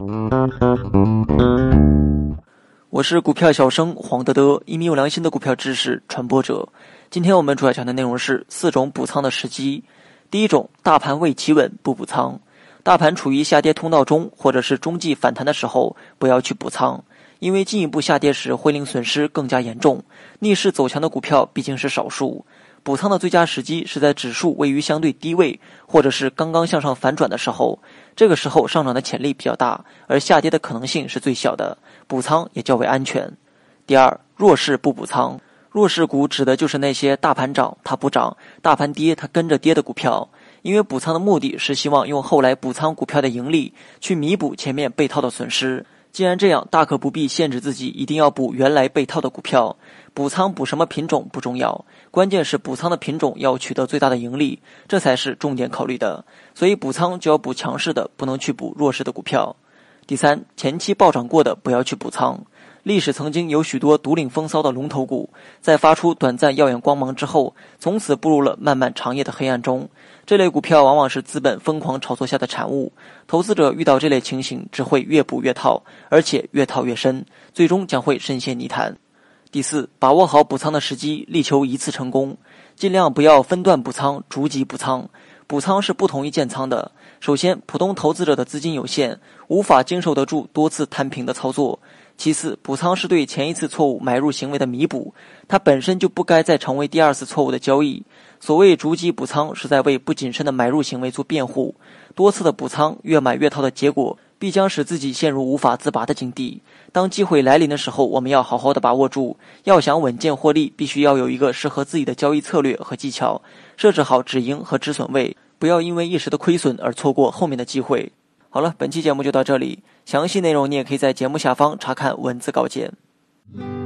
我是股票小生黄德德，一名有良心的股票知识传播者。今天我们主要讲的内容是4种补仓的时机。第一种，大盘未企稳不补仓。大盘处于下跌通道中或者是中继反弹的时候，不要去补仓，因为进一步下跌时会令损失更加严重。逆势走强的股票毕竟是少数，补仓的最佳时机是在指数位于相对低位，或者是刚刚向上反转的时候。这个时候上涨的潜力比较大，而下跌的可能性是最小的，补仓也较为安全。第二，弱势不补仓。弱势股指的就是那些大盘涨它不涨，大盘跌它跟着跌的股票。因为补仓的目的是希望用后来补仓股票的盈利去弥补前面被套的损失。既然这样，大可不必限制自己一定要补原来被套的股票。补仓补什么品种不重要，关键是补仓的品种要取得最大的盈利，这才是重点考虑的。所以补仓就要补强势的，不能去补弱势的股票。第三，前期暴涨过的不要去补仓。历史曾经有许多独领风骚的龙头股，在发出短暂耀眼光芒之后，从此步入了漫漫长夜的黑暗中。这类股票往往是资本疯狂炒作下的产物，投资者遇到这类情形只会越补越套，而且越套越深，最终将会深陷泥潭。第四，把握好补仓的时机，力求一次成功，尽量不要分段补仓，逐级补仓。补仓是不同于建仓的。首先，普通投资者的资金有限，无法经受得住多次摊平的操作。其次，补仓是对前一次错误买入行为的弥补，它本身就不该再成为第二次错误的交易。所谓逐级补仓，是在为不谨慎的买入行为做辩护。多次的补仓，越买越套的结果，必将使自己陷入无法自拔的境地。当机会来临的时候，我们要好好的把握住。要想稳健获利，必须要有一个适合自己的交易策略和技巧，设置好止盈和止损位，不要因为一时的亏损而错过后面的机会。好了，本期节目就到这里，详细内容你也可以在节目下方查看文字稿件。